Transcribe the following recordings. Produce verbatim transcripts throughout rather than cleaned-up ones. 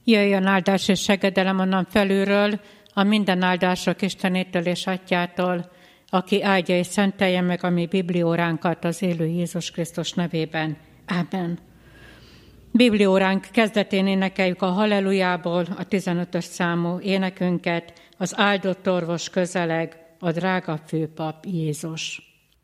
Jöjjön áldás és segedelem onnan felülről, a minden áldások Istenétől és Atyától, aki áldja és szentelje meg a mi biblióránkat az élő Jézus Krisztus nevében. Ámen. Biblióránk kezdetén énekeljük a Hallelujából a tizenötös számú énekünket, az áldott orvos közeleg, a drága főpap Jézus.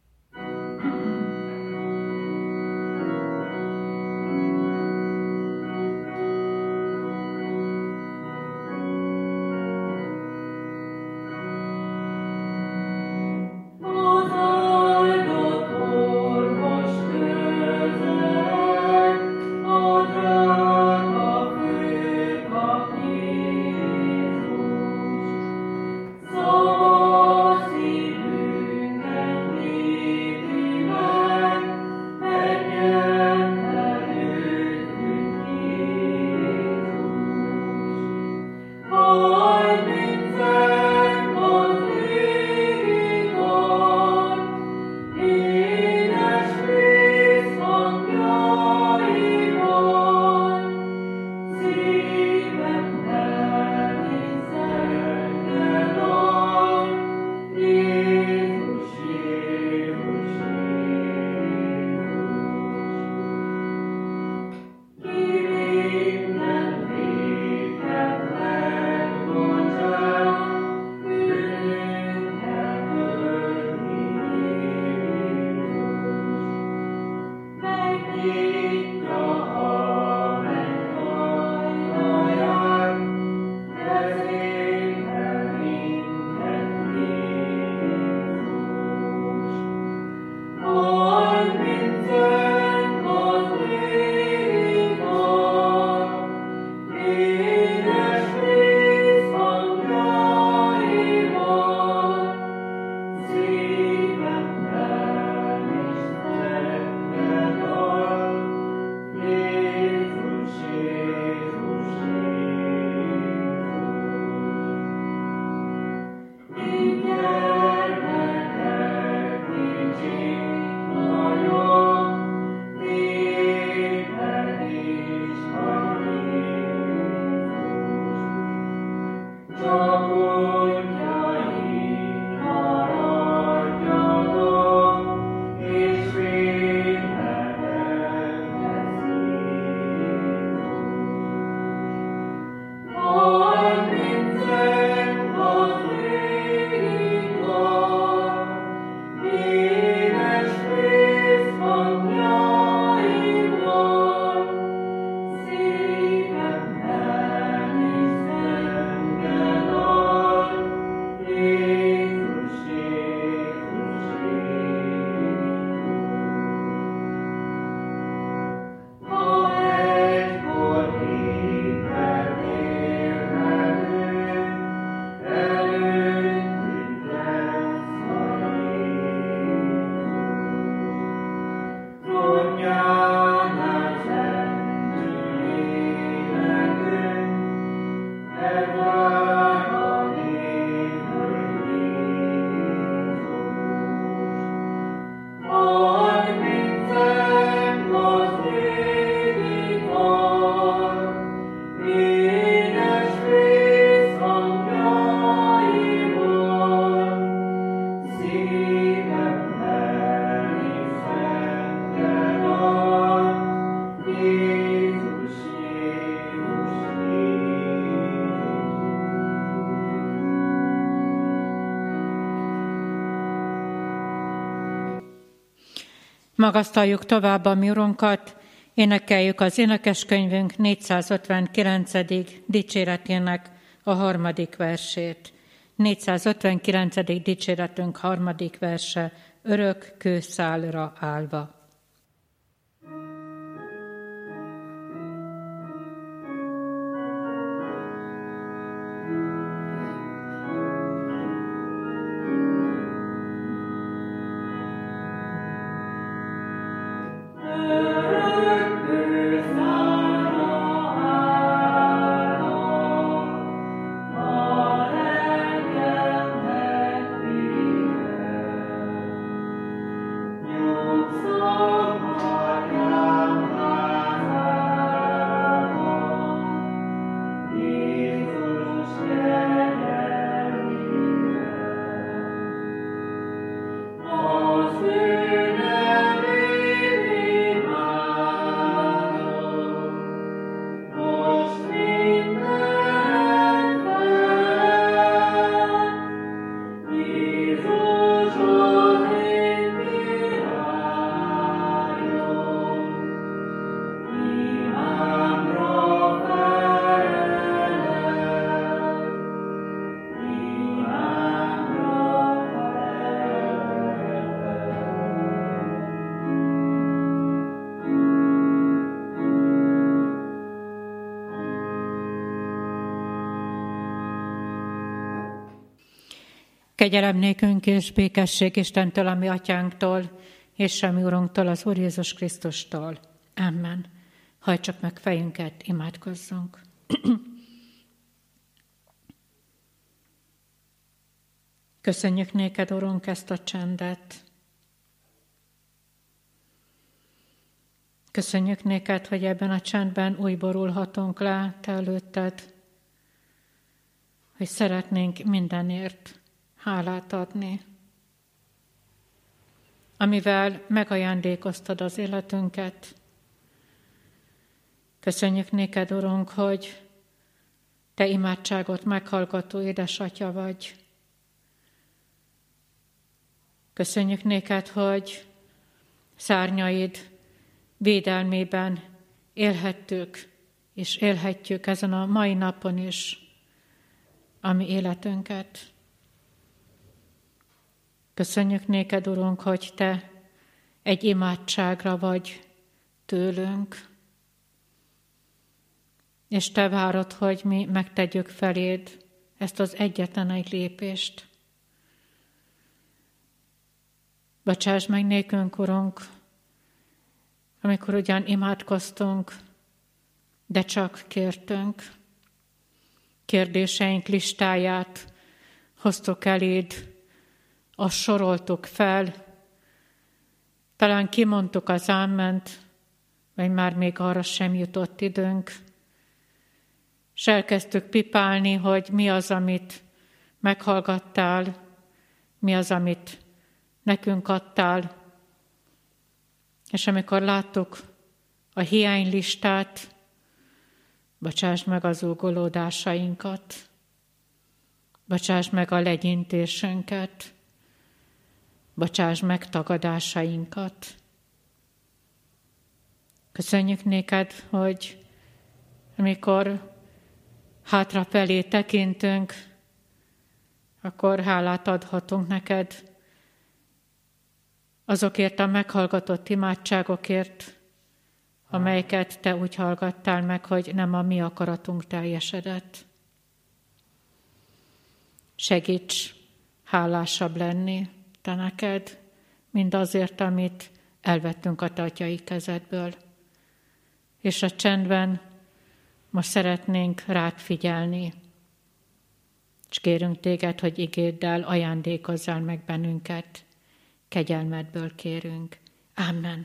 Magasztaljuk tovább a mi Urunkat, énekeljük az énekeskönyvünk négyszázötvenkilencedik dicséretének a harmadik versét. négyszázötvenkilencedik dicséretünk harmadik verse, örök kőszálra állva. So Kegyelem nékünk és békesség Istentől, a mi atyánktól, és a mi Urunktól, az Úr Jézus Krisztustól. Amen. Hajtsuk meg fejünket, imádkozzunk. Köszönjük néked, Urunk, ezt a csendet. Köszönjük néked, hogy ebben a csendben úgy borulhatunk le te előtted, hogy szeretnénk mindenért hálát adni, amivel megajándékoztad az életünket. Köszönjük néked, Urunk, hogy te imádságot meghallgató édesatya vagy. Köszönjük néked, hogy szárnyaid védelmében élhettük, és élhetjük ezen a mai napon is a mi életünket. Köszönjük néked, Urunk, hogy te egy imádságra vagy tőlünk, és te várod, hogy mi megtegyük feléd ezt az egyetlen egy lépést. Bocsáss meg nékünk, Urunk, amikor ugyan imádkoztunk, de csak kértünk. Kérdéseink listáját hoztuk eléd, azt soroltuk fel, talán kimondtuk az áment, vagy már még arra sem jutott időnk, és elkezdtük pipálni, hogy mi az, amit meghallgattál, mi az, amit nekünk adtál. És amikor láttuk a hiánylistát, bocsáss meg az ugolódásainkat, bocsáss meg a legyintésünket, bocsáss meg tagadásainkat. Köszönjük néked, hogy amikor hátrafelé tekintünk, akkor hálát adhatunk neked azokért a meghallgatott imádságokért, amelyeket te úgy hallgattál meg, hogy nem a mi akaratunk teljesedett. Segíts hálásabb lenni te neked, mindazért, amit elvettünk a te atyai kezedből. És a csendben most szeretnénk rád figyelni, és kérünk téged, hogy igéddel ajándékozzál meg bennünket, kegyelmedből kérünk. Amen.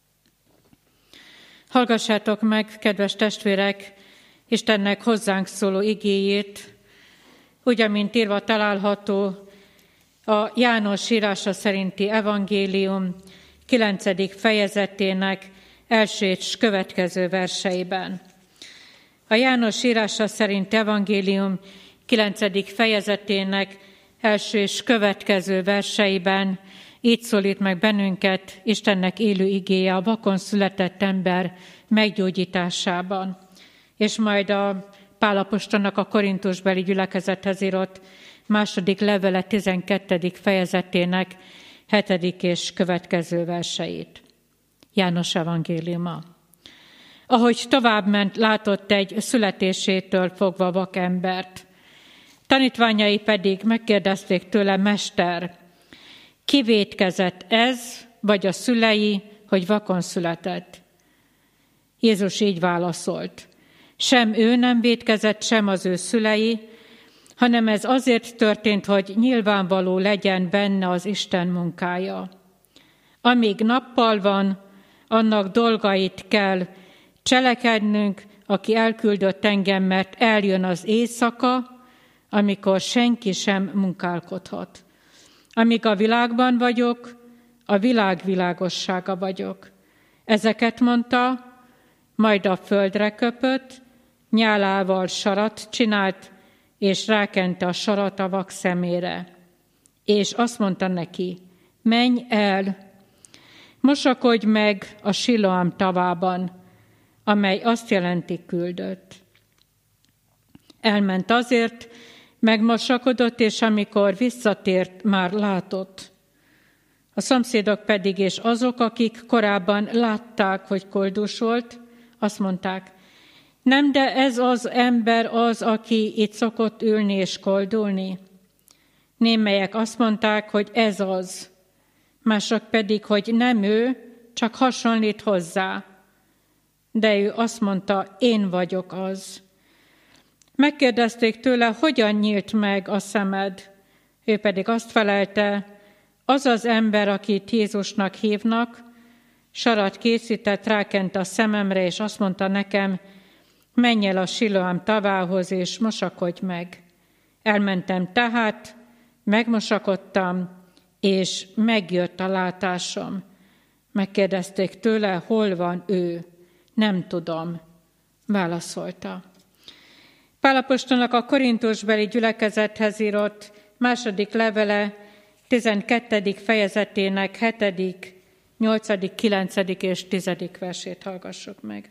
Hallgassátok meg, kedves testvérek, Istennek hozzánk szóló igéjét, úgy, amint írva található a János írása szerinti evangélium kilencedik fejezetének első és következő verseiben. A János írása szerint evangélium kilencedik fejezetének első és következő verseiben így szólít meg bennünket Istennek élő igéje a vakon született ember meggyógyításában. És majd a Pál apostolnak a korintusbeli gyülekezethez írott második levele tizenkettedik fejezetének hetedik és következő verseit. János evangéliuma. Ahogy továbbment, látott egy születésétől fogva vakembert. Tanítványai pedig megkérdezték tőle, Mester, ki vétkezett ez, vagy a szülei, hogy vakon született? Jézus így válaszolt, sem ő nem vétkezett, sem az ő szülei, hanem ez azért történt, hogy nyilvánvaló legyen benne az Isten munkája. Amíg nappal van, annak dolgait kell cselekednünk, aki elküldött engem, mert eljön az éjszaka, amikor senki sem munkálkodhat. Amíg a világban vagyok, a világ világossága vagyok. Ezeket mondta, majd a földre köpött, nyálával sarat csinált, és rákente a sarat a vak szemére. És azt mondta neki, menj el, mosakodj meg a Siloám tavában, amely azt jelenti küldött. Elment azért, megmosakodott, és amikor visszatért, már látott. A szomszédok pedig, és azok, akik korábban látták, hogy koldus volt, azt mondták, nem, de ez az ember az, aki itt szokott ülni és koldulni. Némelyek azt mondták, hogy ez az, mások pedig, hogy nem ő, csak hasonlít hozzá. De ő azt mondta, én vagyok az. Megkérdezték tőle, hogyan nyílt meg a szemed. Ő pedig azt felelte, az az ember, akit Jézusnak hívnak, sarat készített, rákent a szememre, és azt mondta nekem, menj el a Siloám tavához, és mosakodj meg. Elmentem tehát, megmosakodtam, és megjött a látásom. Megkérdezték tőle, hol van ő. Nem tudom, válaszolta. Pál apostolnak a korintusbeli gyülekezethez írott második levele tizenkettedik fejezetének hetedik, nyolcadik, kilencedik és tizedik versét hallgassuk meg.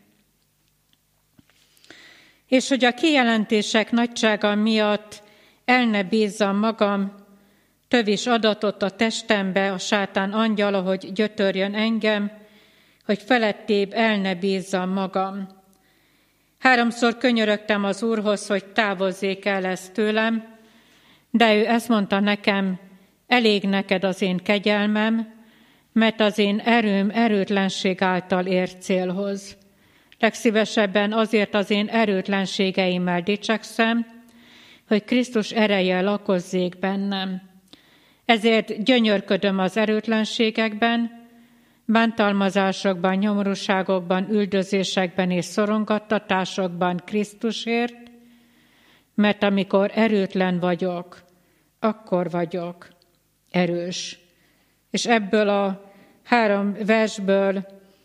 És hogy a kijelentések nagysága miatt el ne bízzam magam, tövis adatot a testembe a sátán angyala, hogy gyötörjön engem, hogy felettébb el ne bízzam magam. Háromszor könyörögtem az Úrhoz, hogy távozzék el ezt tőlem, de ő ezt mondta nekem, elég neked az én kegyelmem, mert az én erőm erőtlenség által ér célhoz. Legszívesebben azért az én erőtlenségeimmel dicsekszem, hogy Krisztus ereje lakozzék bennem. Ezért gyönyörködöm az erőtlenségekben, bántalmazásokban, nyomorúságokban, üldözésekben és szorongattatásokban Krisztusért, mert amikor erőtlen vagyok, akkor vagyok erős. És ebből a három versből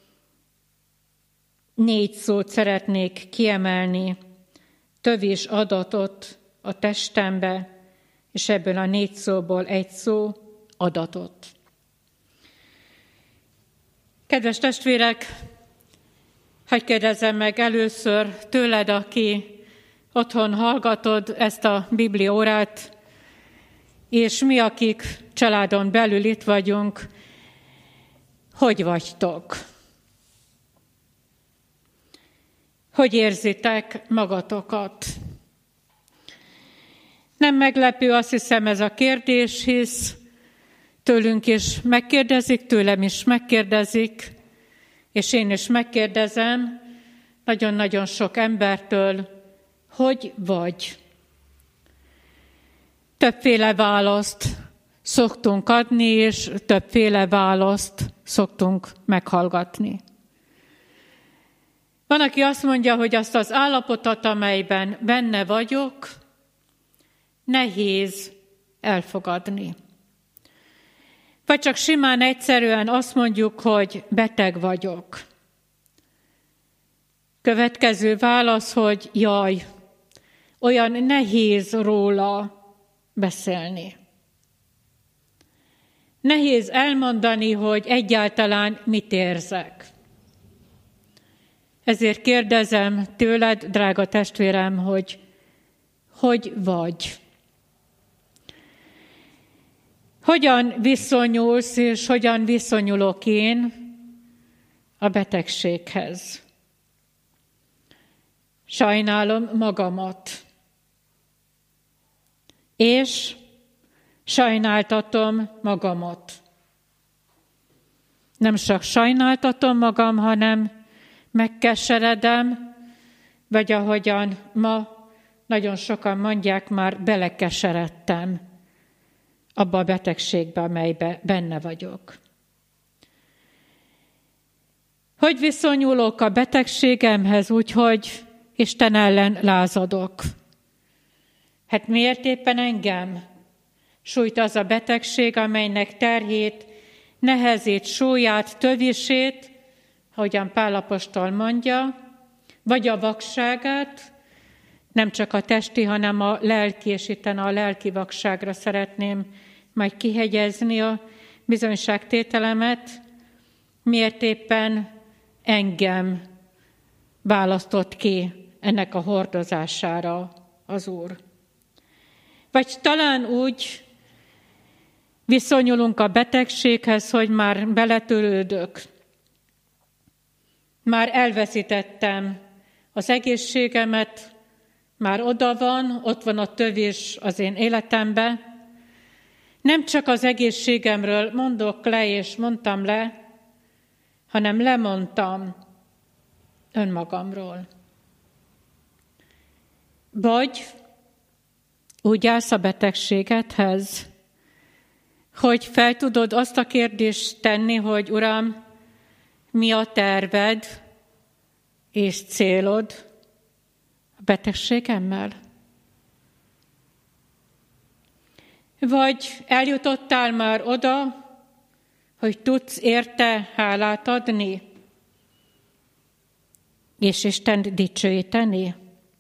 négy szót szeretnék kiemelni, tövis adatot a testembe, és ebből a négy szóból egy szó, adatot. Kedves testvérek, hadd kérdezzem meg először tőled, aki otthon hallgatod ezt a bibliaórát, és mi, akik családon belül itt vagyunk, hogy vagytok? Hogy érzitek magatokat? Nem meglepő, azt hiszem, ez a kérdés, hisz tőlünk is megkérdezik, tőlem is megkérdezik, és én is megkérdezem nagyon-nagyon sok embertől, hogy vagy. Többféle választ szoktunk adni, és többféle választ szoktunk meghallgatni. Van, aki azt mondja, hogy azt az állapotot, amelyben benne vagyok, nehéz elfogadni. Vagy csak simán egyszerűen azt mondjuk, hogy beteg vagyok. Következő válasz, hogy jaj, olyan nehéz róla beszélni. Nehéz elmondani, hogy egyáltalán mit érzek. Ezért kérdezem tőled, drága testvérem, hogy hogy vagy? Hogyan viszonyulsz, és hogyan viszonyulok én a betegséghez? Sajnálom magamat, és sajnáltatom magamat. Nem csak sajnáltatom magam, hanem megkeseredem, vagy ahogyan ma nagyon sokan mondják, már belekeseredtem abba a betegségbe, amelybe benne vagyok. Hogy viszonyulok a betegségemhez, úgyhogy Isten ellen lázadok? Hát miért éppen engem sújt az a betegség, amelynek terhét, nehezét, súlyát, tövisét, ahogyan Pál apostol mondja, vagy a vakságát, nem csak a testi, hanem a lelki, és itten a lelki vakságra szeretném majd kihegyezni a bizonyságtételemet, miért éppen engem választott ki ennek a hordozására az Úr. Vagy talán úgy viszonyulunk a betegséghez, hogy már beletörődök, már elveszítettem az egészségemet, már oda van, ott van a tövés az én életembe, Nem csak az egészségemről mondok le, és mondtam le, hanem lemondtam önmagamról. Vagy úgy állsz a betegségedhez, hogy fel tudod azt a kérdést tenni, hogy Uram, mi a terved és célod a betegségemmel? Vagy eljutottál már oda, hogy tudsz érte hálát adni, és Istent dicsőíteni?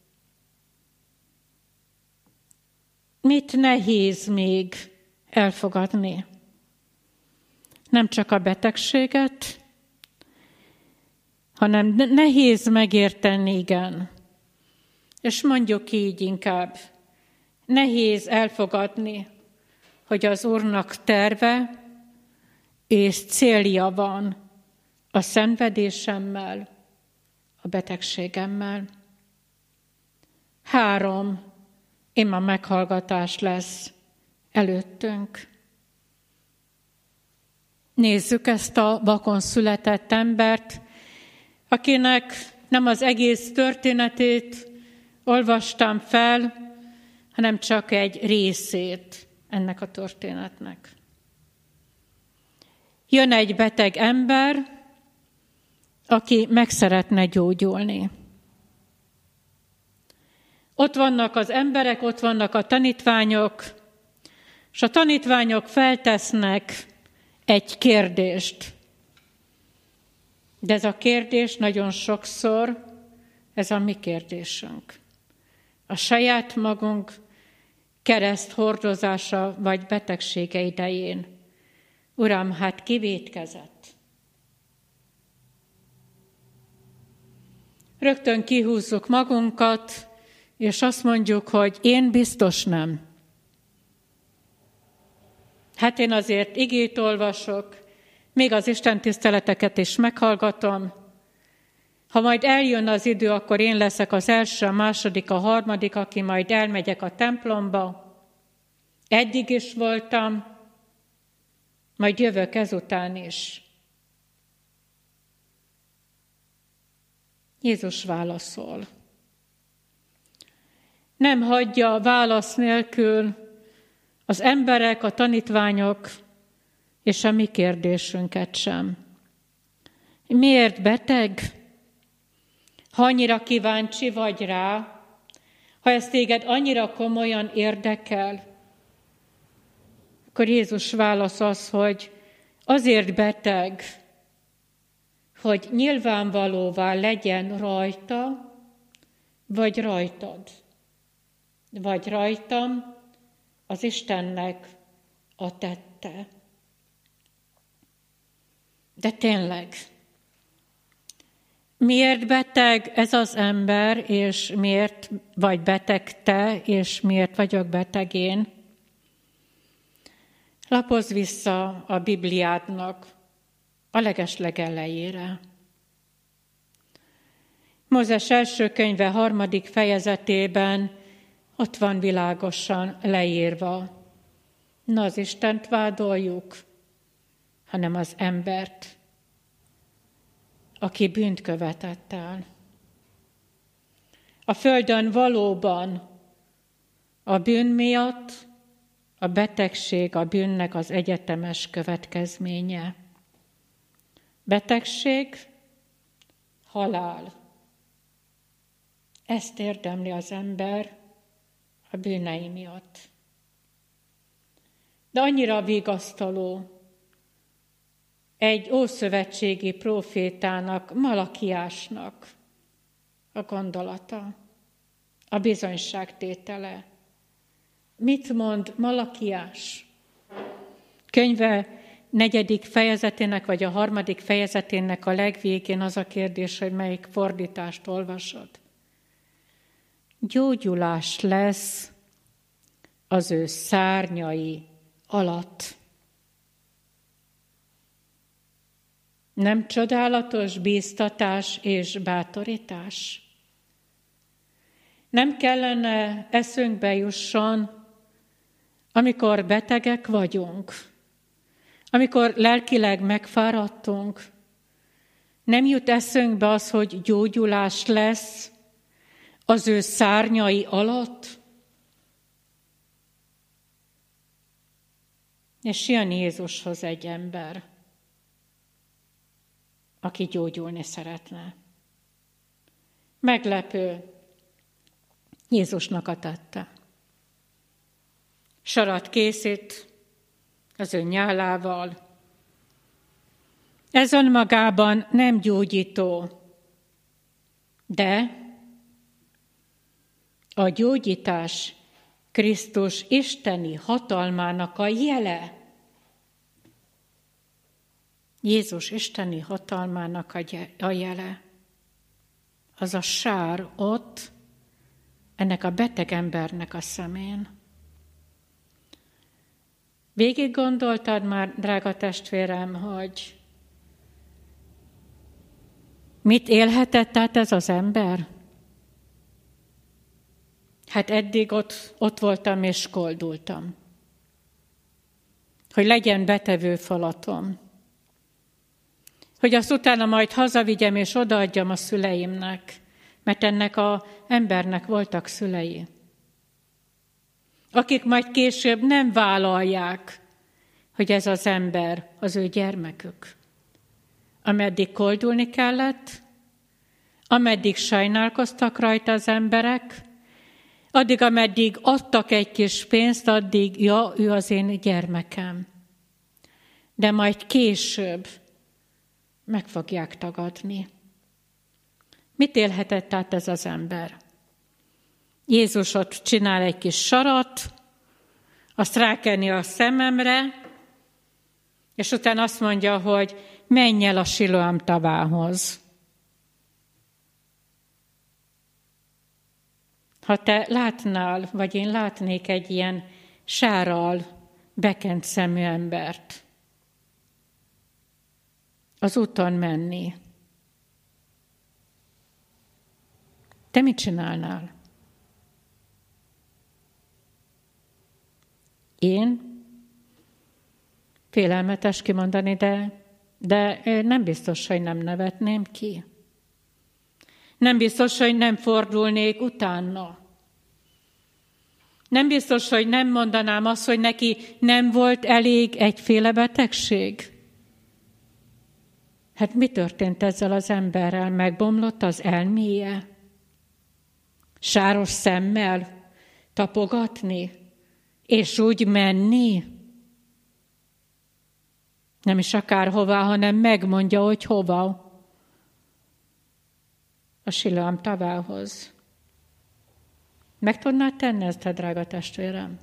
Mit nehéz még elfogadni? Nem csak a betegséget, hanem nehéz megérteni, igen. És mondjuk így inkább, nehéz elfogadni, hogy az Úrnak terve és célja van a szenvedésemmel, a betegségemmel. Három ima meghallgatás lesz előttünk. Nézzük ezt a vakon született embert, akinek nem az egész történetét olvastam fel, hanem csak egy részét ennek a történetnek. Jön egy beteg ember, aki meg szeretne gyógyulni. Ott vannak az emberek, ott vannak a tanítványok, és a tanítványok feltesznek egy kérdést. De ez a kérdés nagyon sokszor, ez a mi kérdésünk. A saját magunk kereszt hordozása vagy betegsége idején. Uram, hát ki vétkezett? Rögtön kihúzzuk magunkat, és azt mondjuk, hogy én biztos nem. Hát én azért igét olvasok, még az istentiszteleteket is meghallgatom. Ha majd eljön az idő, akkor én leszek az első, a második, a harmadik, aki majd elmegyek a templomba. Eddig is voltam, majd jövök ezután is. Jézus válaszol. Nem hagyja válasz nélkül az emberek, a tanítványok és a mi kérdésünket sem. Miért beteg? Ha annyira kíváncsi vagy rá, ha ez téged annyira komolyan érdekel, akkor Jézus válasz az, hogy azért beteg, hogy nyilvánvalóvá legyen rajta, vagy rajtad, vagy rajtam az Istennek a tette. De tényleg, miért beteg ez az ember, és miért vagy beteg te, és miért vagyok beteg én? Lapozz vissza a Bibliádnak a legeslegelejére. Mózes első könyve harmadik fejezetében ott van világosan leírva. Na, az Istent vádoljuk, hanem az embert, aki bűnt követett el. A földön valóban a bűn miatt a betegség a bűnnek az egyetemes következménye. Betegség, halál. Ezt érdemli az ember a bűnei miatt. De annyira vigasztaló egy ószövetségi prófétának, Malakiásnak a gondolata, a bizonyságtétele. Mit mond Malakiás? Könyve negyedik fejezetének, vagy a harmadik fejezetének a legvégén az a kérdés, hogy melyik fordítást olvasod. Gyógyulás lesz az ő szárnyai alatt. Nem csodálatos bíztatás és bátorítás? Nem kellene eszünkbe jusson amikor betegek vagyunk, amikor lelkileg megfáradtunk, nem jut eszünkbe az, hogy gyógyulás lesz az ő szárnyai alatt? És jön Jézushoz egy ember, aki gyógyulni szeretne. Meglepő, Jézusnak a tette. Sarat készít az ő nyálával. Ez önmagában nem gyógyító, de a gyógyítás Krisztus isteni hatalmának a jele. Jézus isteni hatalmának a jele. Az a sár ott, ennek a beteg embernek a szemén. Végig gondoltad már, drága testvérem, hogy mit élhetett át ez az ember? Hát eddig ott, ott voltam és koldultam, hogy legyen betevő falatom, hogy azt utána majd hazavigyem és odaadjam a szüleimnek, mert ennek az embernek voltak szülei, akik majd később nem vállalják, hogy ez az ember az ő gyermekük. Ameddig koldulni kellett, ameddig sajnálkoztak rajta az emberek, addig, ameddig adtak egy kis pénzt, addig, ja, ő az én gyermekem. De majd később meg fogják tagadni. Mit élhetett át ez az ember? Jézus ott csinál egy kis sarat, azt rákenni a szememre, és utána azt mondja, hogy menj el a Siloám tavához. Ha te látnál, vagy én látnék egy ilyen sárral bekent szemű embert az úton menni, te mit csinálnál? Én? Félelmetes kimondani, de, de nem biztos, hogy nem nevetném ki. Nem biztos, hogy nem fordulnék utána. Nem biztos, hogy nem mondanám azt, hogy neki nem volt elég egyféle betegség. Hát mi történt ezzel az emberrel? Megbomlott az elméje? Sáros szemmel tapogatni? És úgy menni? Nem is akárhová, hanem megmondja, hogy hova. A Siloám tavához. Meg tudnád tenni ezt, te drága testvérem?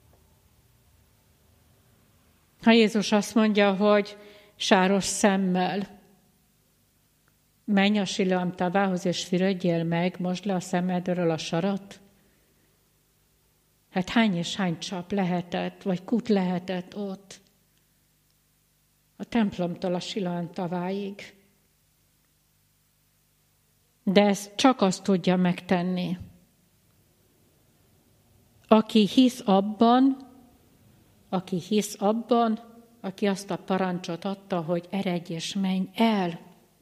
Ha Jézus azt mondja, hogy sáros szemmel menj a Siloám tavához, és fürödjél meg, mosd le a szemedről a sarat. Hát hány és hány csap lehetett, vagy kút lehetett ott a templomtól a Siloám taváig. De ezt csak azt tudja megtenni, aki hisz abban, aki hisz abban, aki azt a parancsot adta, hogy eredj és menj el.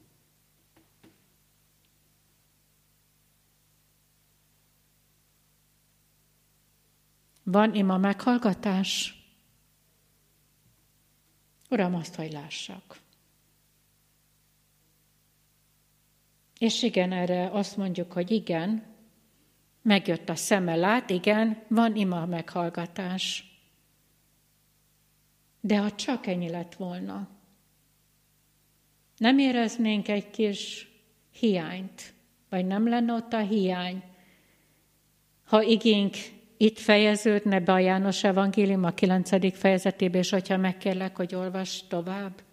Van ima meghallgatás? Uram, azt, hogy lássak. És igen, erre azt mondjuk, hogy igen, megjött a szeme, lát, igen, van ima meghallgatás. De ha csak ennyi lett volna, nem éreznénk egy kis hiányt, vagy nem lenne ott a hiány, ha igénk itt fejeződne be a János evangélium a kilencedik fejezetében, és hogyha megkérlek, hogy olvass tovább.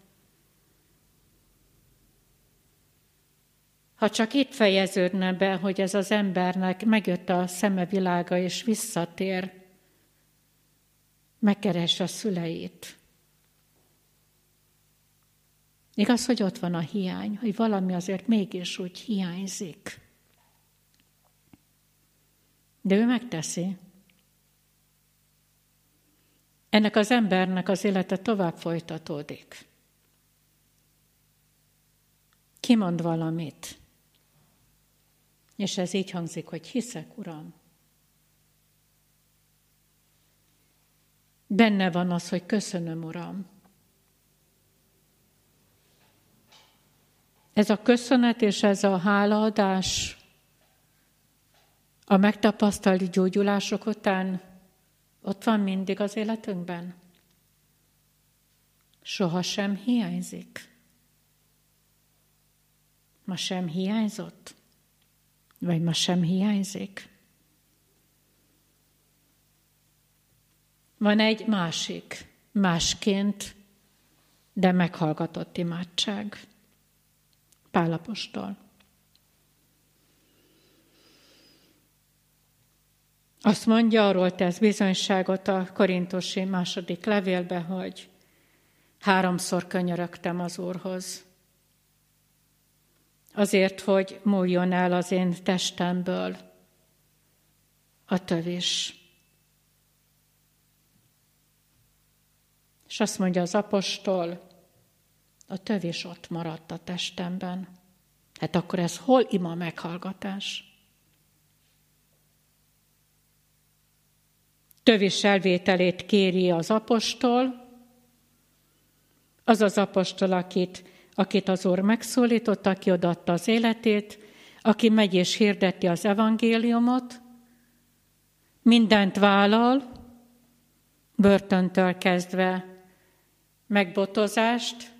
Ha csak itt fejeződne be, hogy ez az embernek megjött a szeme világa, és visszatér, megkeresse a szüleit. Igaz, hogy ott van a hiány, hogy valami azért mégis úgy hiányzik. De ő megteszi. ennek az embernek az élete tovább folytatódik. Kimond valamit, és ez így hangzik, hogy hiszek, Uram. Benne van az, hogy köszönöm, Uram. Ez a köszönet és ez a hálaadás a megtapasztalt gyógyulások után ott van mindig az életünkben. Soha sem hiányzik. Ma sem hiányzott? Vagy ma sem hiányzik? Van egy másik, másként, de meghallgatott imádság. Pál apostol. Azt mondja, arról tesz bizonyságot a korintusi második levélbe, hogy háromszor könyörögtem az Úrhoz. Azért, hogy múljon el az én testemből a tövés. És azt mondja az apostol, a tövés ott maradt a testemben. Hát akkor ez hol ima meghallgatás? Tövés elvételét kéri az apostol, az az apostol, akit, akit az Úr megszólított, aki odaadta az életét, aki megy és hirdeti az evangéliumot, mindent vállal, börtöntől kezdve megbotozást.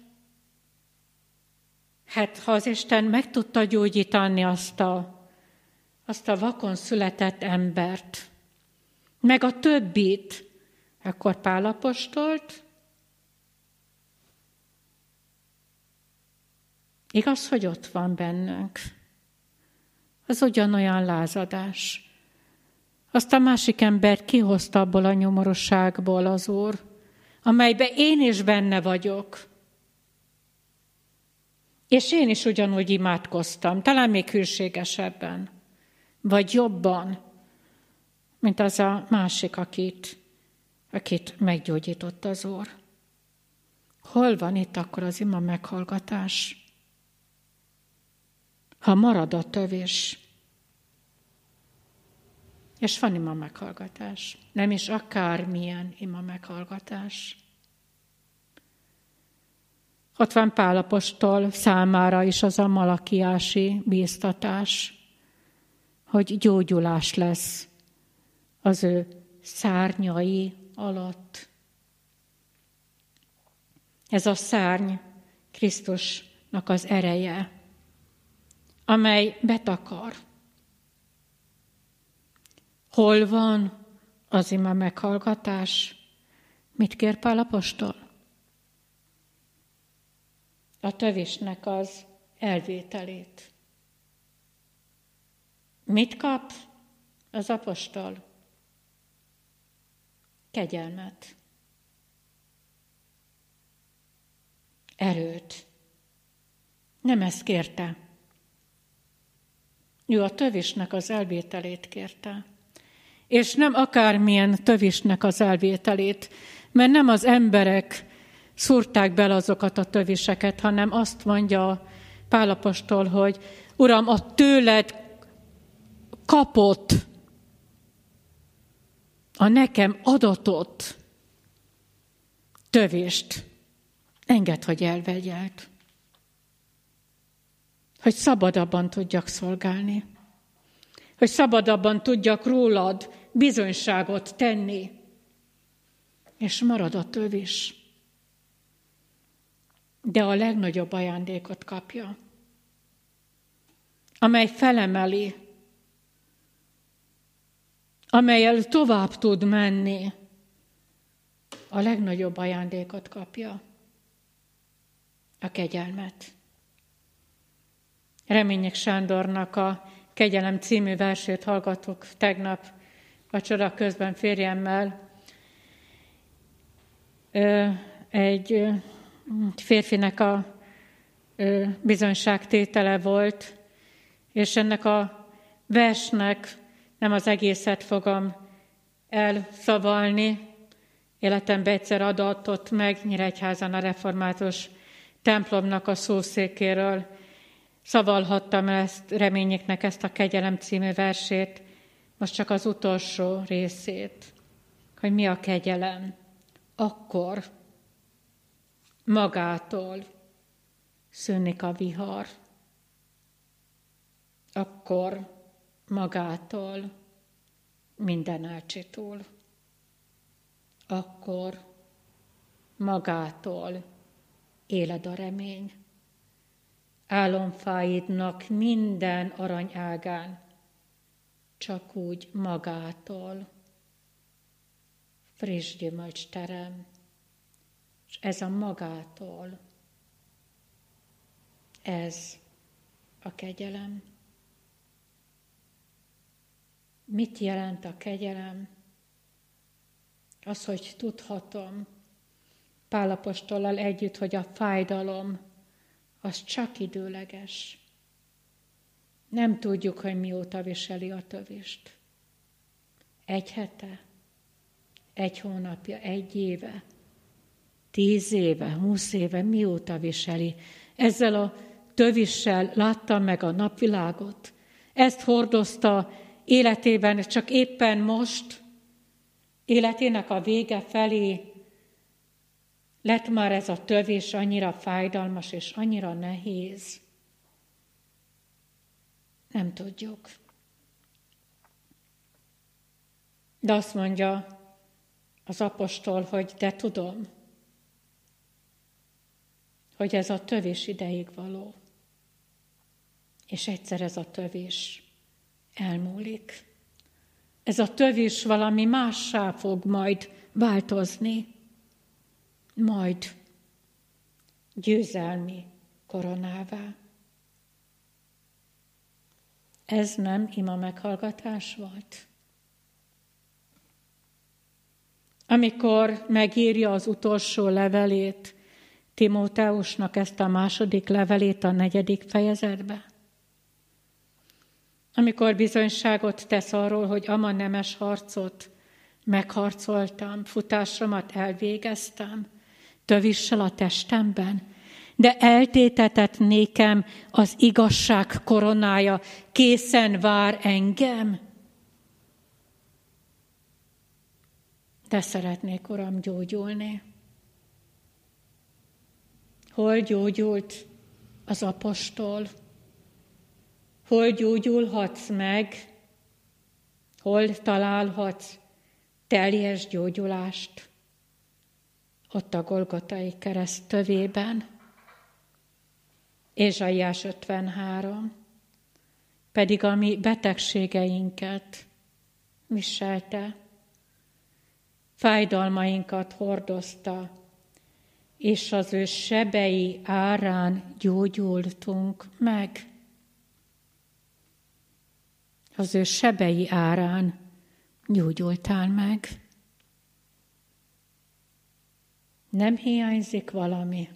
Hát ha az Isten meg tudta gyógyítani azt a, azt a vakon született embert, meg a többit, akkor Pál apostolt. Igaz, hogy ott van bennünk. Az ugyanolyan lázadás. Azt a másik embert kihozta abból a nyomorúságból az Úr, amelybe én is benne vagyok. És én is ugyanúgy imádkoztam, talán még hűségesebben, vagy jobban, mint az a másik, akit, akit meggyógyított az Úr. Hol van itt akkor az ima meghallgatás? Ha marad a tövés, és van ima meghallgatás, nem is akármilyen ima meghallgatás. Ott van Pál apostol számára is az a malakiási bíztatás, hogy gyógyulás lesz az ő szárnyai alatt. Ez a szárny Krisztusnak az ereje, amely betakar. Hol van az ima meghallgatás? Mit kér Pál apostol? A tövésnek az elvételét. Mit kap az apostol? Kegyelmet. Erőt. Nem ezt kérte. Ő a tövésnek az elvételét kérte. És nem akármilyen tövésnek az elvételét, mert nem az emberek szúrták bele azokat a tövéseket, hanem azt mondja Pál apostol, hogy Uram, a tőled kapott, a nekem adatott tövést engedd, hogy elvegyelt. Hogy szabadabban tudjak szolgálni. Hogy szabadabban tudjak rólad bizonyságot tenni. És marad a tövés. De a legnagyobb ajándékot kapja, amely felemeli, amellyel tovább tud menni, a legnagyobb ajándékot kapja, a kegyelmet. Remények Sándornak a Kegyelem című versét hallgattuk tegnap vacsora közben férjemmel. Egy férfinek a bizonyságtétele volt, és ennek a versnek nem az egészet fogom elszavalni, Életemben egyszer adatott meg Nyíregyházan a református templomnak a szószékéről. Szavalhattam ezt, reményeknek ezt a Kegyelem című versét, most csak az utolsó részét, hogy mi a kegyelem. Akkor magától szűnik a vihar. Akkor magától minden elcsitul. Akkor magától éled a remény. Álomfáidnak minden aranyágán csak úgy magától friss gyümölcs terem, és ez a magától, ez a kegyelem. Mit jelent a kegyelem? Az, hogy tudhatom Pál apostollal együtt, hogy a fájdalom az csak időleges. Nem tudjuk, hogy mióta viseli a tövist. Egy hete, egy hónapja, egy éve, tíz éve, húsz éve, mióta viseli. Ezzel a tövissel látta meg a napvilágot. Ezt hordozta életében, csak éppen most, életének a vége felé lett már ez a tövés annyira fájdalmas és annyira nehéz. Nem tudjuk. De azt mondja az apostol, hogy de tudom, hogy ez a tövés ideig való. És egyszer ez a tövés elmúlik. Ez a tövés valami mássá fog majd változni. Majd győzelmi koronává. Ez nem ima meghallgatás volt? Amikor megírja az utolsó levelét, Timóteusnak ezt a második levelét a negyedik fejezetbe, amikor bizonyságot tesz arról, hogy ama nemes harcot megharcoltam, futásomat elvégeztem, tövissel a testemben, de eltétetett nékem az igazság koronája, készen vár engem. De szeretnék, Uram, gyógyulni. Hol gyógyult az apostol? Hol gyógyulhatsz meg? Hol találhatsz teljes gyógyulást? Ott a Golgotai kereszt tövében. Ézsaiás ötvenhárom. Pedig a mi betegségeinket viselte, fájdalmainkat hordozta, és az ő sebei árán gyógyultunk meg. Az ő sebei árán gyógyultál meg. Nem hiányzik valami.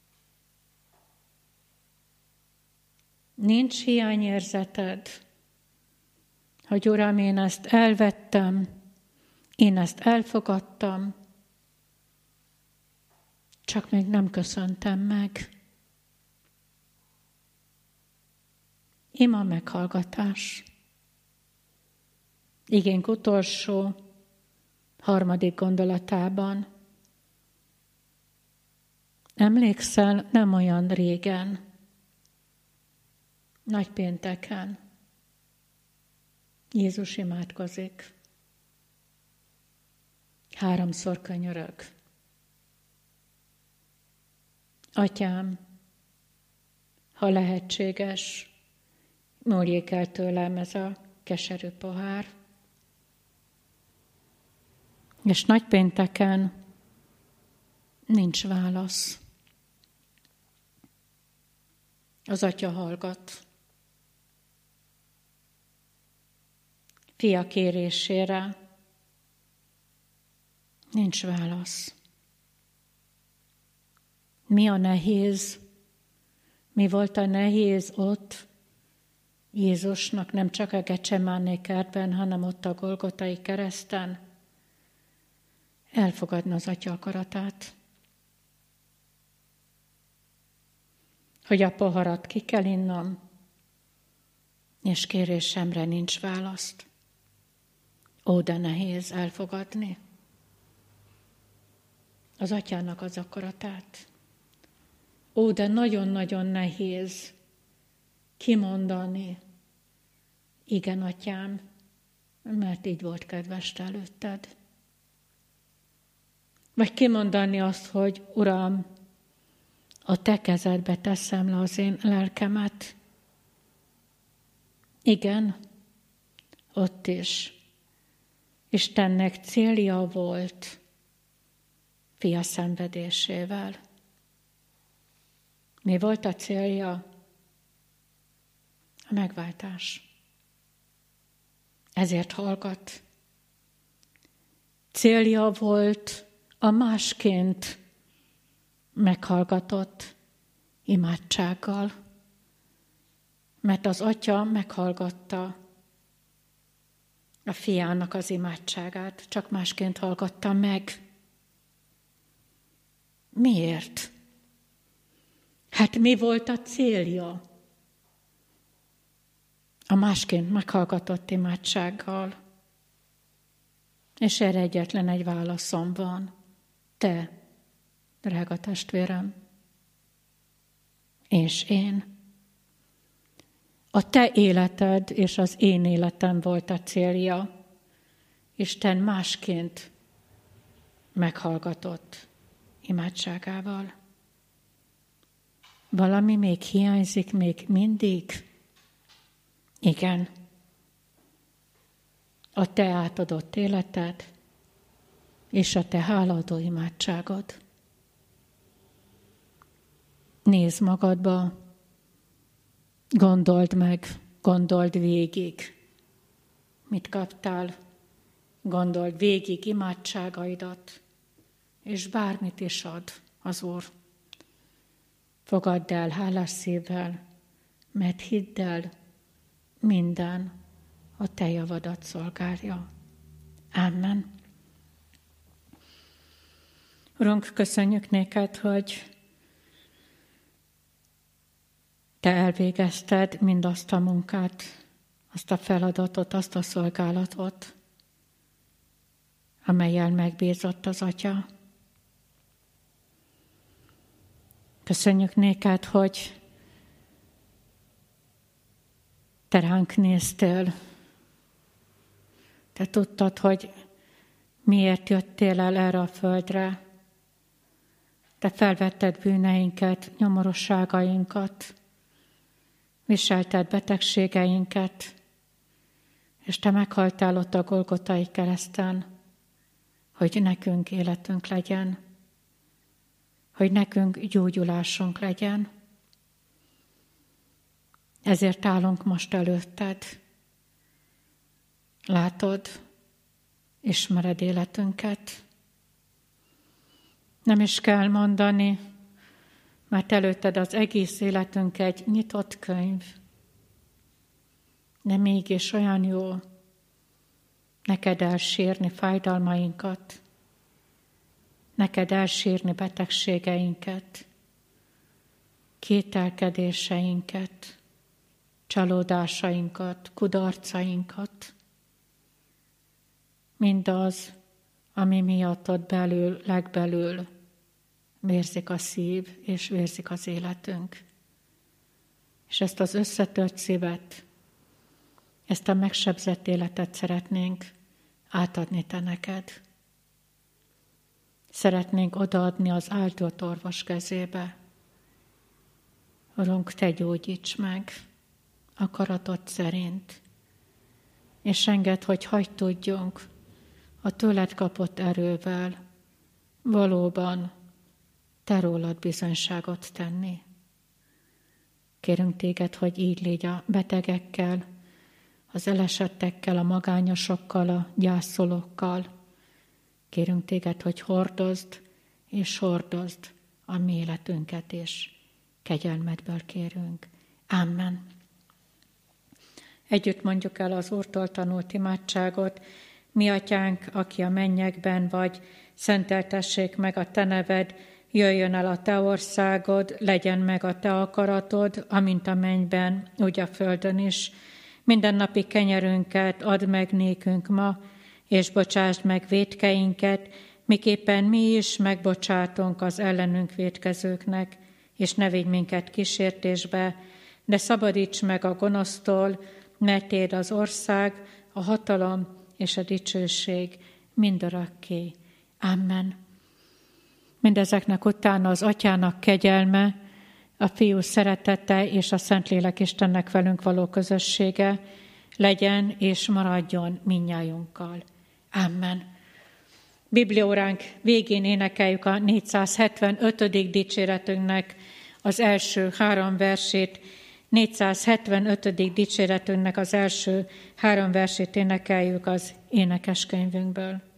Nincs hiányérzeted, hogy Uram, én ezt elvettem, én ezt elfogadtam, csak még nem köszöntem meg. Ima meghallgatás. Igénk utolsó, harmadik gondolatában. Emlékszel, nem olyan régen, nagypénteken, Jézus imádkozik. Háromszor könyörög. Atyám, ha lehetséges, múljék el tőlem ez a keserű pohár. És nagypénteken nincs válasz. Az atya hallgat. Fia kérésére nincs válasz. Mi a nehéz? Mi volt a nehéz ott Jézusnak, nem csak a Gecsemáné kertben, hanem ott a Golgotai kereszten? elfogadni az Atya akaratát. Hogy a poharat ki kell innom, és kérésemre nincs választ. Ó, de nehéz elfogadni az Atyának az akaratát. Ó, de nagyon-nagyon nehéz kimondani, igen, Atyám, mert így volt kedves te előtted. Vagy kimondani azt, hogy Uram, a te kezedbe teszem le az én lelkemet. Igen, ott is Istennek célja volt fia szenvedésével. Mi volt a célja? A megváltás. Ezért hallgat. Célja volt a másként meghallgatott imádsággal, mert az Atya meghallgatta a fiának az imádságát, csak másként hallgatta meg. Miért? Hát mi volt a célja a másként meghallgatott imádsággal? És erre egyetlen egy válaszom van. Te, drága testvérem, és én. A te életed és az én életem volt a célja. Isten másként meghallgatott imádságával. Valami még hiányzik még mindig? Igen. A te átadott életed és a te hálaadó imádságod. Nézd magadba, gondold meg, gondold végig, mit kaptál, gondold végig imádságaidat, és bármit is ad az Úr. Fogadd el hálás szívvel, mert hidd el, minden a te javadat szolgálja. Amen. Urunk, köszönjük néked, hogy te elvégezted mindazt a munkát, azt a feladatot, azt a szolgálatot, amellyel megbízott az Atya. Köszönjük néked, hogy te ránk néztél. Te tudtad, hogy miért jöttél el erre a földre. Te felvetted bűneinket, nyomorosságainkat, viselted betegségeinket, és te meghaltál ott a Golgotai kereszten, hogy nekünk életünk legyen, hogy nekünk gyógyulásunk legyen. Ezért állunk most előtted. Látod, ismered életünket. Nem is kell mondani, mert előtted az egész életünk egy nyitott könyv. De mégis olyan jó neked elsírni fájdalmainkat, neked elsírni betegségeinket, kételkedéseinket, csalódásainkat, kudarcainkat, mindaz, ami miatt ott belül, legbelül vérzik a szív, és vérzik az életünk. És ezt az összetört szívet, ezt a megsebzett életet szeretnénk átadni te neked. Szeretnénk odaadni az áldott orvos kezébe. Urunk, te gyógyíts meg akaratod szerint, és engedd, hogy hagy tudjunk a tőled kapott erővel valóban te rólad bizonyságot tenni. Kérünk téged, hogy így légy a betegekkel, az elesettekkel, a magányosokkal, a gyászolókkal. Kérünk téged, hogy hordozd és hordozd a mi életünket, és kegyelmedből kérünk. Amen. Együtt mondjuk el az Úrtól tanult imádságot. Mi atyánk, aki a mennyekben vagy, szenteltessék meg a te neved, jöjjön el a te országod, legyen meg a te akaratod, amint a mennyben, úgy a földön is. Mindennapi kenyerünket add meg nékünk ma, és bocsásd meg vétkeinket, miképpen mi is megbocsátunk az ellenünk vétkezőknek, és ne vigy minket kísértésbe, de szabadíts meg a gonosztól, mert tiéd az ország, a hatalom és a dicsőség mindörökké. Amen. Mindezeknek utána az Atyának kegyelme, a Fiú szeretete és a Szentlélek Istennek velünk való közössége legyen és maradjon mindnyájunkkal. Amen. Biblióránk végén énekeljük a négyszázhetvenötödik dicséretünknek az első három versét. négyszázhetvenötödik dicséretünknek az első három versét énekeljük az énekeskönyvünkből.